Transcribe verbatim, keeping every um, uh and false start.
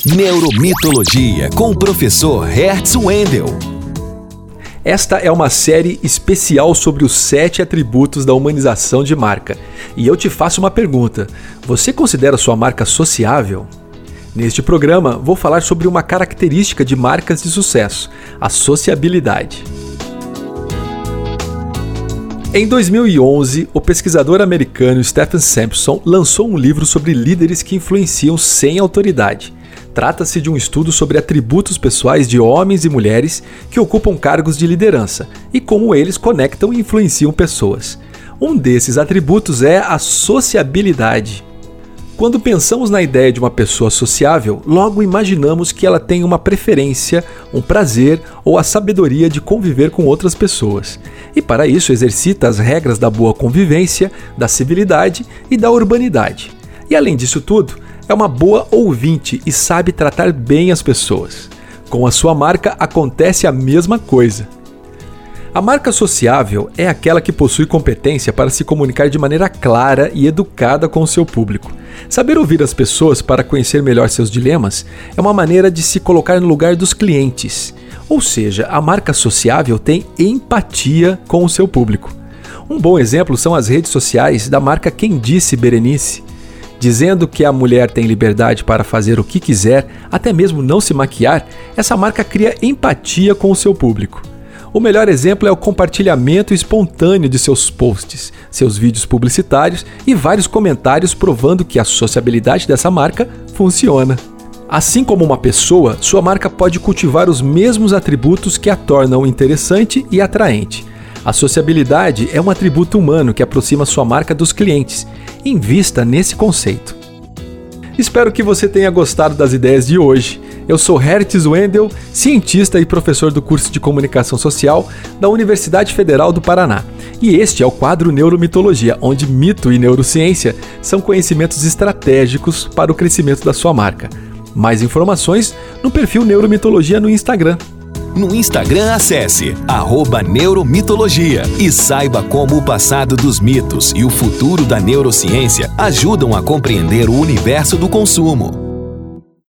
Neuromitologia com o professor Hertz Wendel. Esta é uma série especial sobre os sete atributos da humanização de marca. E eu te faço uma pergunta: você considera sua marca sociável? Neste programa, vou falar sobre uma característica de marcas de sucesso: a sociabilidade. Em dois mil e onze, o pesquisador americano Stephen Sampson lançou um livro sobre líderes que influenciam sem autoridade. Trata-se de um estudo sobre atributos pessoais de homens e mulheres que ocupam cargos de liderança e como eles conectam e influenciam pessoas. Um desses atributos é a sociabilidade. Quando pensamos na ideia de uma pessoa sociável, logo imaginamos que ela tem uma preferência, um prazer ou a sabedoria de conviver com outras pessoas. E para isso exercita as regras da boa convivência, da civilidade e da urbanidade. E além disso tudo, é uma boa ouvinte e sabe tratar bem as pessoas. Com a sua marca acontece a mesma coisa. A marca sociável é aquela que possui competência para se comunicar de maneira clara e educada com o seu público. Saber ouvir as pessoas para conhecer melhor seus dilemas é uma maneira de se colocar no lugar dos clientes. Ou seja, a marca sociável tem empatia com o seu público. Um bom exemplo são as redes sociais da marca Quem Disse Berenice. Dizendo que a mulher tem liberdade para fazer o que quiser, até mesmo não se maquiar, essa marca cria empatia com o seu público. O melhor exemplo é o compartilhamento espontâneo de seus posts, seus vídeos publicitários e vários comentários provando que a sociabilidade dessa marca funciona. Assim como uma pessoa, sua marca pode cultivar os mesmos atributos que a tornam interessante e atraente. A sociabilidade é um atributo humano que aproxima sua marca dos clientes. Invista nesse conceito. Espero que você tenha gostado das ideias de hoje. Eu sou Hertz Wendel, cientista e professor do curso de Comunicação Social da Universidade Federal do Paraná. E este é o quadro Neuromitologia, onde mito e neurociência são conhecimentos estratégicos para o crescimento da sua marca. Mais informações no perfil Neuromitologia no Instagram. No Instagram, acesse arroba Neuromitologia e saiba como o passado dos mitos e o futuro da neurociência ajudam a compreender o universo do consumo.